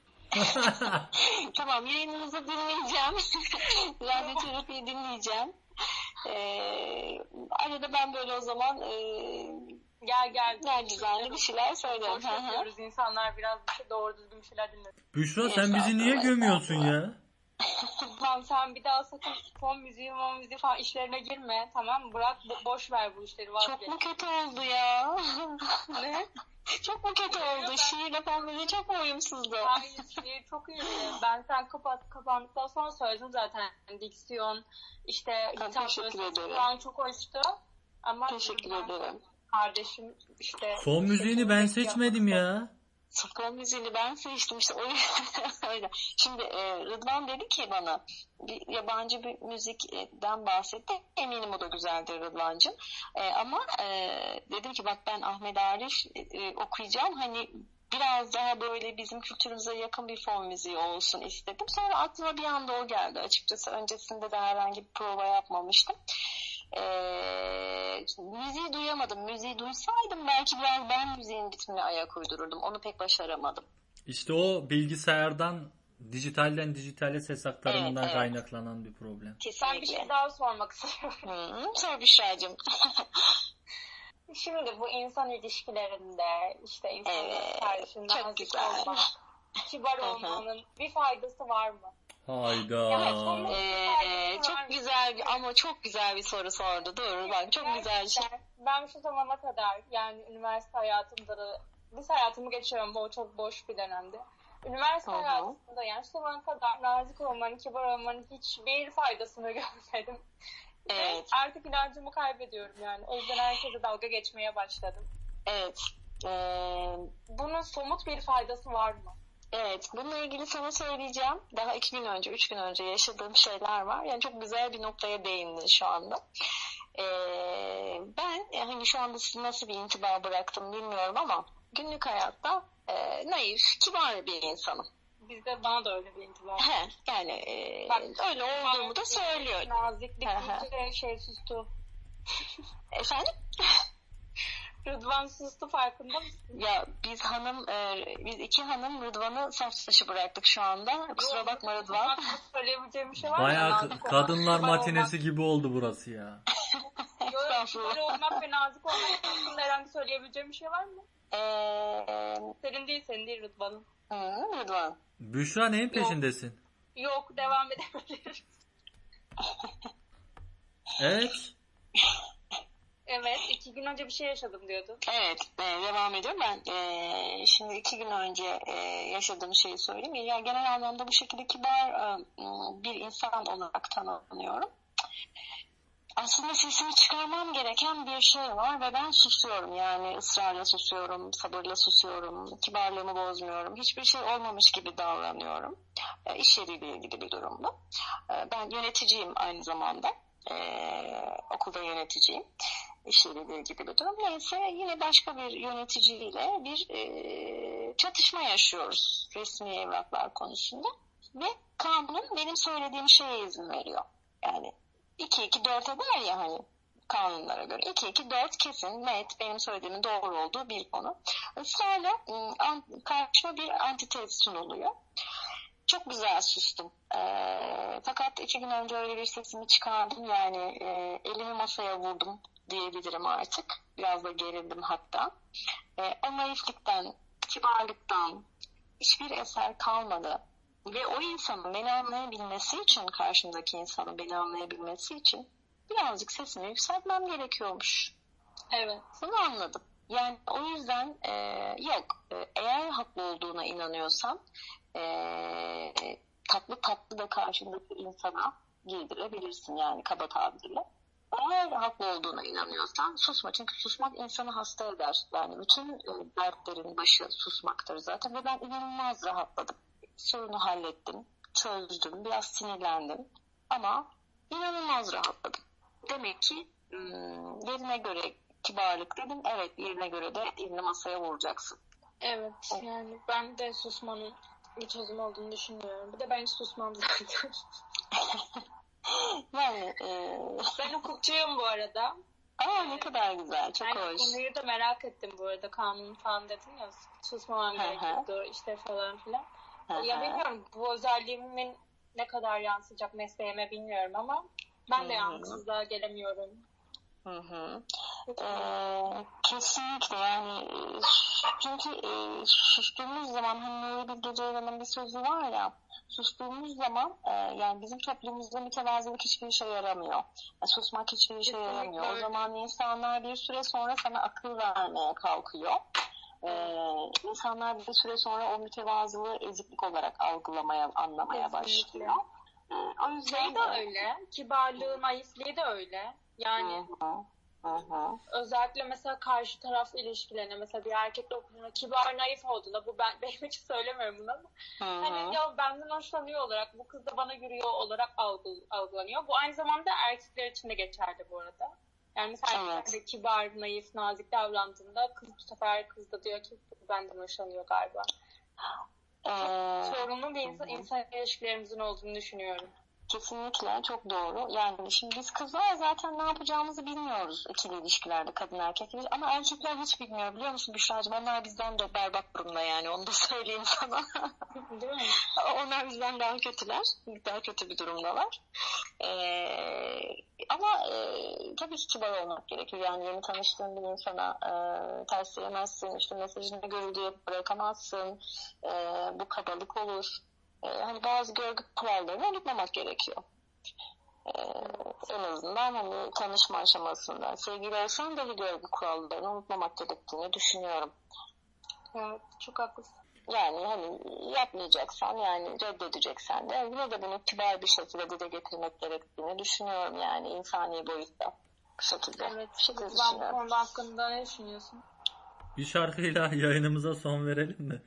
Speaker 3: Tamam yayınınızı dinleyeceğim. Radyoterapiyi dinleyeceğim. E, arada ben böyle o zaman e,
Speaker 1: Gel gel.
Speaker 3: nacizane bir şeyler söylerim.
Speaker 1: Boş
Speaker 3: Hı hı.
Speaker 1: yapıyoruz. İnsanlar biraz bir şey, doğru düzgün bir şeyler dinlesin.
Speaker 2: Büşra sen bizi niye gömüyorsun ya?
Speaker 1: Tamam sen bir daha sakın fon müziği, fon müziği falan işlerine girme. Tamam mı? Bırak bo- boş ver bu işleri, vazgeç.
Speaker 3: Çok mu kötü oldu ya?
Speaker 1: Ne?
Speaker 3: Çok mu kötü oldu? Şiirle falan böyle çok mu uyumsuzdu?
Speaker 1: Hayır şiir çok iyiydi. Ben sen kapat, kapandıktan sonra söyledim zaten. Diksiyon, işte hitap
Speaker 3: teşekkür
Speaker 1: gösterisi
Speaker 3: ederim.
Speaker 1: falan çok hoştu. Ama
Speaker 3: Teşekkür
Speaker 1: ben-
Speaker 3: ederim.
Speaker 1: Kardeşim işte.
Speaker 2: Fon müziğini ben
Speaker 1: işte-
Speaker 2: seçmedim ya.
Speaker 3: Fon müziğini ben seçtim işte. O öyle. Şimdi e, Rıdvan dedi ki bana bir yabancı bir müzikten bahsetti. Eminim o da güzeldir Rıdvan'cığım. E, ama e, dedim ki bak ben Ahmet Arif e, okuyacağım. Hani biraz daha böyle bizim kültürümüze yakın bir fon müziği olsun istedim. Sonra aklıma bir anda o geldi. Açıkçası öncesinde de herhangi bir prova yapmamıştım. Ee, müziği duyamadım. Müziği duysaydım belki biraz ben müziğin ritmine ayak uydururdum. Onu pek başaramadım.
Speaker 2: İşte o bilgisayardan dijitalden dijitale ses aktarımından
Speaker 3: Evet, evet.
Speaker 2: kaynaklanan bir problem.
Speaker 1: Ben bir
Speaker 3: Kesinlikle.
Speaker 1: şey daha sormak istiyorum.
Speaker 3: Hı, sor Büşra'cığım.
Speaker 1: Şimdi bu insan ilişkilerinde işte insanların
Speaker 3: Evet,
Speaker 1: karşısında
Speaker 3: çok
Speaker 1: azıcık
Speaker 3: güzel.
Speaker 1: olmak, kibar
Speaker 3: Hı hı.
Speaker 1: olmanın bir faydası var mı?
Speaker 2: Hayda.
Speaker 3: Ee, çok güzel bir, ama çok güzel bir soru sordu. Doğru bak çok güzel bir şey.
Speaker 1: Gerçekten ben şu zamana kadar yani üniversite hayatımda da lise hayatımı geçiyorum. Bu çok boş bir dönemde. Üniversite
Speaker 3: Hı hı.
Speaker 1: hayatında yani şu zamana kadar nazik olmanın, kibar olmanın hiçbir faydasını görmedim.
Speaker 3: Evet.
Speaker 1: Ve artık inancımı kaybediyorum yani. O yüzden herkese dalga geçmeye başladım.
Speaker 3: Evet. Ee,
Speaker 1: Bunun somut bir faydası var mı?
Speaker 3: Evet, bununla ilgili sana söyleyeceğim. Daha iki gün önce, üç gün önce yaşadığım şeyler var. Yani çok güzel bir noktaya değindin şu anda. Ee, ben hani şu anda size nasıl bir intiba bıraktım bilmiyorum ama günlük hayatta e, naif, kibar bir insanım.
Speaker 1: Bizde bana da öyle bir intiba.
Speaker 3: He, yani e,
Speaker 1: Bak,
Speaker 3: öyle olduğumu da söylüyorum.
Speaker 1: Naziklik
Speaker 3: Hı hı.
Speaker 1: deyince şey sustu.
Speaker 3: Efendim?
Speaker 1: Rıdvan sustu, farkında mısın?
Speaker 3: Ya biz hanım, e, biz iki hanım Rıdvan'ı saf dışı bıraktık şu anda. Kusura bakma Rıdvan.
Speaker 1: Söyleyebileceğim bir şey var mı?
Speaker 2: Bayağı
Speaker 1: Nazik
Speaker 2: k-
Speaker 1: olmak,
Speaker 2: kadınlar
Speaker 1: kibar
Speaker 2: matinesi
Speaker 1: olmak.
Speaker 2: gibi oldu burası ya.
Speaker 1: Yok,
Speaker 3: Estağfurullah.
Speaker 1: kibar olmak ve nazik olmak hakkında herhangi söyleyebileceğim bir şey var mı?
Speaker 3: Eee
Speaker 1: Senin değil, senin değil Rıdvan'ın.
Speaker 3: hı, Rıdvan.
Speaker 2: Büşra neyin
Speaker 1: Yok.
Speaker 2: peşindesin?
Speaker 1: Yok, devam edebiliriz.
Speaker 2: Evet.
Speaker 1: Evet, iki gün önce bir şey yaşadım diyordun.
Speaker 3: Evet, e, devam ediyorum. Ben e, şimdi iki gün önce e, yaşadığım şeyi söyleyeyim. Ya genel anlamda bu şekilde kibar e, bir insan olarak tanımlıyorum. Aslında sesimi çıkarmam gereken bir şey var ve ben susuyorum. Yani ısrarla susuyorum, sabırla susuyorum, kibarlığımı bozmuyorum. Hiçbir şey olmamış gibi davranıyorum. E, iş yeriyle ilgili bir durumda. E, ben yöneticiyim aynı zamanda. E, okulda yöneticiyim. İş yeriyle ilgili bir durum. Neyse yine başka bir yöneticiyle bir e, çatışma yaşıyoruz resmi evraklar konusunda. Ve kanun benim söylediğim şeye izin veriyor. Yani iki iki dört eder ya hani kanunlara göre. iki iki dört kesin, net, benim söylediğimin doğru olduğu bir konu. Israrla karşıma bir antitez sunuluyor. Çok güzel sustum. E, fakat iki gün önce öyle bir sesimi çıkardım. Yani e, elimi masaya vurdum diyebilirim artık. Biraz da gerildim hatta. E, o naiflikten, kibarlıktan hiçbir eser kalmadı. Ve o insanın beni anlayabilmesi için, karşımdaki insanın beni anlayabilmesi için birazcık sesimi yükseltmem gerekiyormuş.
Speaker 1: Evet.
Speaker 3: Bunu anladım. Yani o yüzden e, yok. E, eğer haklı olduğuna inanıyorsan e, tatlı tatlı da karşındaki insana giydirebilirsin yani kaba tabirle. Eğer haklı olduğuna inanıyorsan susma. Çünkü susmak insanı hasta eder. Yani bütün e, dertlerin başı susmaktır zaten. Ve ben inanılmaz rahatladım. Sorunu hallettim, çözdüm, biraz sinirlendim. Ama inanılmaz rahatladım. Demek ki hmm, yerine göre kibarlık dedim. Evet, yerine göre de elini masaya vuracaksın.
Speaker 1: Evet, yani ben de susmanın bir çözüm olduğunu düşünmüyorum. Bir de ben hiç susmam zaten.
Speaker 3: Yani e...
Speaker 1: ben hukukçuyum bu arada.
Speaker 3: Aa, ne kadar güzel, çok
Speaker 1: yani
Speaker 3: hoş.
Speaker 1: Konuyu da merak ettim bu arada, kanun falan dedin ya, susmamam gerekiyordu işte falan filan. Ya bilmiyorum, bu özelliğimin ne kadar yansıyacak mesleğime bilmiyorum ama ben de yansızlığa gelemiyorum.
Speaker 3: Hı hı. Ee, kesinlikle yani çünkü e, sustuğumuz zaman hani Nuri Bilge Ceylan'ın bir sözü var ya, sustuğumuz zaman e, yani bizim toplumumuzda mütevazılık hiçbir işe yaramıyor. Yani susmak hiçbir işe yaramıyor. O zaman insanlar bir süre sonra sana akıl vermeye kalkıyor. Ee, insanlar bir süre sonra o mütevazılığı eziklik olarak algılamaya, anlamaya başlıyor. Ee, o yüzden
Speaker 1: şey de öyle, kibarlığı, naifliği de öyle. Yani
Speaker 3: hı hı. Hı-hı.
Speaker 1: özellikle mesela karşı taraf ilişkilerine, mesela bir erkekle okuluna kibar, naif olduğunda, bu ben benim için söylemiyorum bunu ama
Speaker 3: Hı-hı.
Speaker 1: hani ya benden hoşlanıyor olarak, bu kız da bana yürüyor olarak algı, algılanıyor. Bu aynı zamanda erkekler için de geçerli bu arada. Yani mesela
Speaker 3: evet.
Speaker 1: erkekler de kibar, naif, nazik davrandığında kız bu sefer kız da diyor ki benden hoşlanıyor galiba. Ee, Çok sorunlu bir insan, insan ilişkilerimizin olduğunu düşünüyorum.
Speaker 3: Kesinlikle çok doğru. Yani şimdi biz kızlar zaten ne yapacağımızı bilmiyoruz ikili ilişkilerde, kadın erkek ilişkilerde. Ama erkekler hiç bilmiyor, biliyor musun Büşra'cığım? Onlar bizden de berbat durumda yani, onu da söyleyeyim sana.
Speaker 1: Değil mi?
Speaker 3: Onlar bizden daha kötüler. Daha kötü bir durumdalar. Ee, ama e, tabii ki kibar olmak gerekiyor. Yani yeni tanıştığın bir insana e, ters yemezsin. İşte mesajını görüldüğü bırakamazsın. E, bu kabalık olur. Ee, hani bazı görgü kurallarını unutmamak gerekiyor. Ee, en azından hani tanışma aşamasında sevgili olsan dahi görgü kurallarını unutmamak gerektiğini düşünüyorum.
Speaker 1: Evet, çok haklısın.
Speaker 3: Yani hani yapmayacaksan, yani reddedeceksen de yine de bunu kibar bir şekilde dile getirmek gerektiğini düşünüyorum, yani insani boyutta. Bu şekilde.
Speaker 1: Evet.
Speaker 3: Bu şekilde
Speaker 1: Ben bu
Speaker 3: düşünüyorum.
Speaker 1: konuda hakkında ne düşünüyorsun?
Speaker 2: Bir şarkıyla yayınımıza son verelim mi?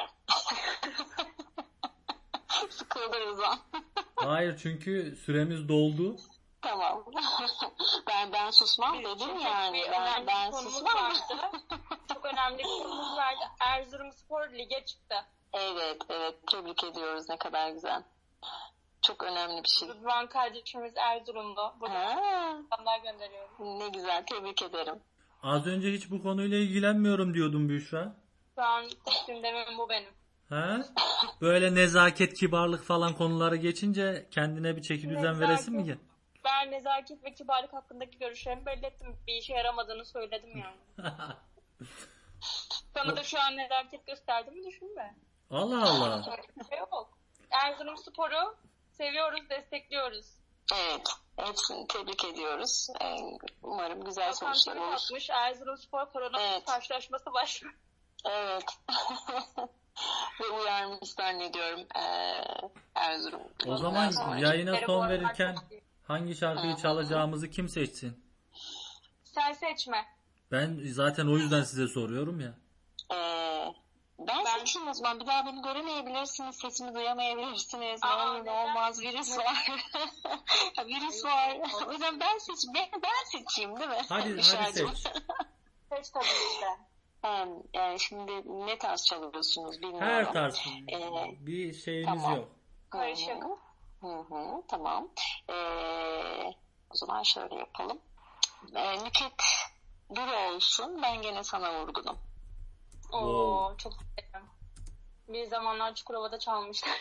Speaker 3: Sıkıldı Rızan.
Speaker 2: Hayır, çünkü süremiz doldu.
Speaker 3: Tamam. ben ben susmam
Speaker 1: Bizim
Speaker 3: dedim
Speaker 1: çok
Speaker 3: yani.
Speaker 1: bir
Speaker 3: Ben
Speaker 1: önemli
Speaker 3: ben
Speaker 1: bir konumuz
Speaker 3: susmam.
Speaker 1: vardı. Çok önemli bir konumuz vardı. Erzurumspor lige çıktı.
Speaker 3: Evet, evet. Tebrik ediyoruz. Ne kadar güzel. Çok önemli bir şey.
Speaker 1: Rıdvan kardeşimiz Erzurum'da. Burada
Speaker 3: Ha,
Speaker 1: selamlar gönderiyorum.
Speaker 3: ne güzel. Tebrik ederim.
Speaker 2: Az önce hiç bu konuyla ilgilenmiyorum diyordum Büşra.
Speaker 1: Şu an tek gündemim bu benim.
Speaker 2: Ha? Böyle nezaket, kibarlık falan konuları geçince kendine bir çeki düzen
Speaker 1: Nezaket.
Speaker 2: veresin mi ki?
Speaker 1: Ben nezaket ve kibarlık hakkındaki görüşlerimi belli ettim. Bir işe yaramadığını söyledim yani. Sana da şu an nezaket gösterdiğimi düşünme.
Speaker 2: Allah Allah.
Speaker 1: Öyle bir şey yok. Erzurumspor'u seviyoruz, destekliyoruz.
Speaker 3: Evet. Hepsini tebrik ediyoruz. Ee, Umarım güzel
Speaker 1: Hakan
Speaker 3: sonuçlar
Speaker 1: tweet
Speaker 3: olur.
Speaker 1: atmış. Erzurumspor koronavirüs
Speaker 3: Evet.
Speaker 1: karşılaşması başlıyor.
Speaker 3: Evet. Ve uyarmış zannediyorum ee, Erzurum.
Speaker 2: O zaman
Speaker 3: Ondan sonra-
Speaker 2: yayına
Speaker 1: Bu
Speaker 2: son
Speaker 1: aralar
Speaker 2: verirken
Speaker 1: çok iyi.
Speaker 2: hangi şarkıyı çalacağımızı kim seçsin?
Speaker 1: Sen seçme.
Speaker 2: Ben zaten o yüzden size soruyorum ya.
Speaker 3: Ee, ben,
Speaker 1: Ben-
Speaker 3: seçeyim o zaman. Bir daha beni göremeyebilirsiniz. Sesimi duyamayabilirsiniz. Ne
Speaker 1: Aa,
Speaker 3: olur ne
Speaker 1: neden?
Speaker 3: olmaz. Virüs var. Virüs var. O yüzden ben seçeyim. Ben, ben seçeyim değil mi?
Speaker 2: Hadi hadi
Speaker 3: Büşra'cığım.
Speaker 2: seç.
Speaker 1: Seç tabii ki de.
Speaker 3: Hem, yani şimdi ne tarz çalıyorsunuz bilmiyorum.
Speaker 2: Her tarz
Speaker 3: Ee,
Speaker 2: bir şeyimiz
Speaker 3: tamam.
Speaker 2: yok.
Speaker 1: Karışık.
Speaker 3: Hı hı, hı, tamam. Ee, o zaman şöyle yapalım. Ee, Nükhet Duru olsun. Ben gene sana vurgunum.
Speaker 1: Oo, çok severim. Bir zamanlar Çukurova'da çalmışlar.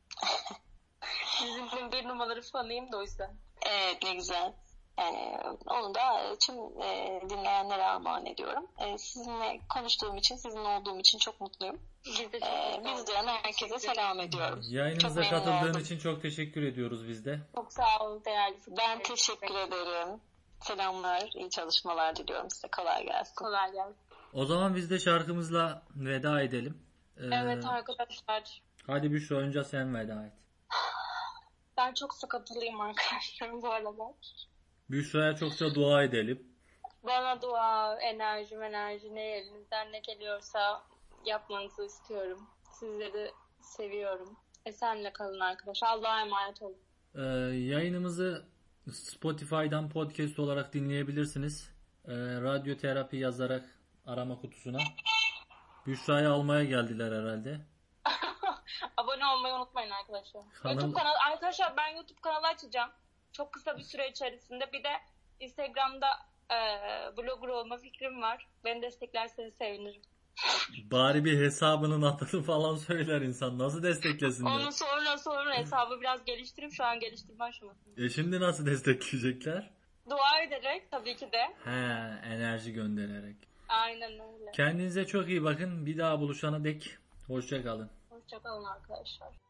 Speaker 1: Bizim bir numaralı fanıyım da o yüzden.
Speaker 3: Evet, ne güzel. Yani onu da tüm e, dinleyenlere armağan ediyorum. E, sizinle konuştuğum için, sizinle olduğum için çok mutluyum.
Speaker 1: Biz de çok
Speaker 3: E,
Speaker 1: mutlu
Speaker 3: biz
Speaker 1: olduk.
Speaker 3: duyan herkese selam ediyorum.
Speaker 2: Yayınımıza
Speaker 3: Çok memnun
Speaker 2: katıldığın
Speaker 3: oldum.
Speaker 2: için çok teşekkür ediyoruz biz de.
Speaker 1: Çok sağ olun değerli.
Speaker 3: Ben teşekkür ederim. Selamlar, iyi çalışmalar diliyorum size. Kolay gelsin.
Speaker 1: Kolay gelsin.
Speaker 2: O zaman biz de şarkımızla veda edelim. Ee,
Speaker 1: Evet arkadaşlar.
Speaker 2: Hadi Büşra, önce sen veda et.
Speaker 1: Ben çok sıkıntılıyım arkadaşlarım bu aralar.
Speaker 2: Büşra'ya çokça dua edelim.
Speaker 1: Bana dua, enerji, enerji ne elinizden ne geliyorsa yapmanızı istiyorum. Sizleri seviyorum. Esenle kalın arkadaşlar. Allah'a emanet olun.
Speaker 2: Ee, yayınımızı Spotify'dan podcast olarak dinleyebilirsiniz. Ee, radyoterapi yazarak arama kutusuna. Büşra'yı almaya geldiler herhalde.
Speaker 1: Abone olmayı unutmayın arkadaşlar.
Speaker 2: Kanal-
Speaker 1: YouTube kanalı arkadaşlar, ben YouTube kanalı açacağım. Çok kısa bir süre içerisinde. Bir de Instagram'da e, blogger olma fikrim var. Beni desteklerseniz sevinirim.
Speaker 2: Bari bir hesabının adını falan söyler insan. Nasıl desteklesinler?
Speaker 1: Onu sonra sonra hesabı biraz geliştirip şu an geliştirme aşamasında.
Speaker 2: E şimdi nasıl destekleyecekler?
Speaker 1: Dua ederek tabii ki de.
Speaker 2: He, enerji göndererek.
Speaker 1: Aynen öyle.
Speaker 2: Kendinize çok iyi bakın. Bir daha buluşana dek hoşça kalın.
Speaker 1: Hoşçakalın arkadaşlar.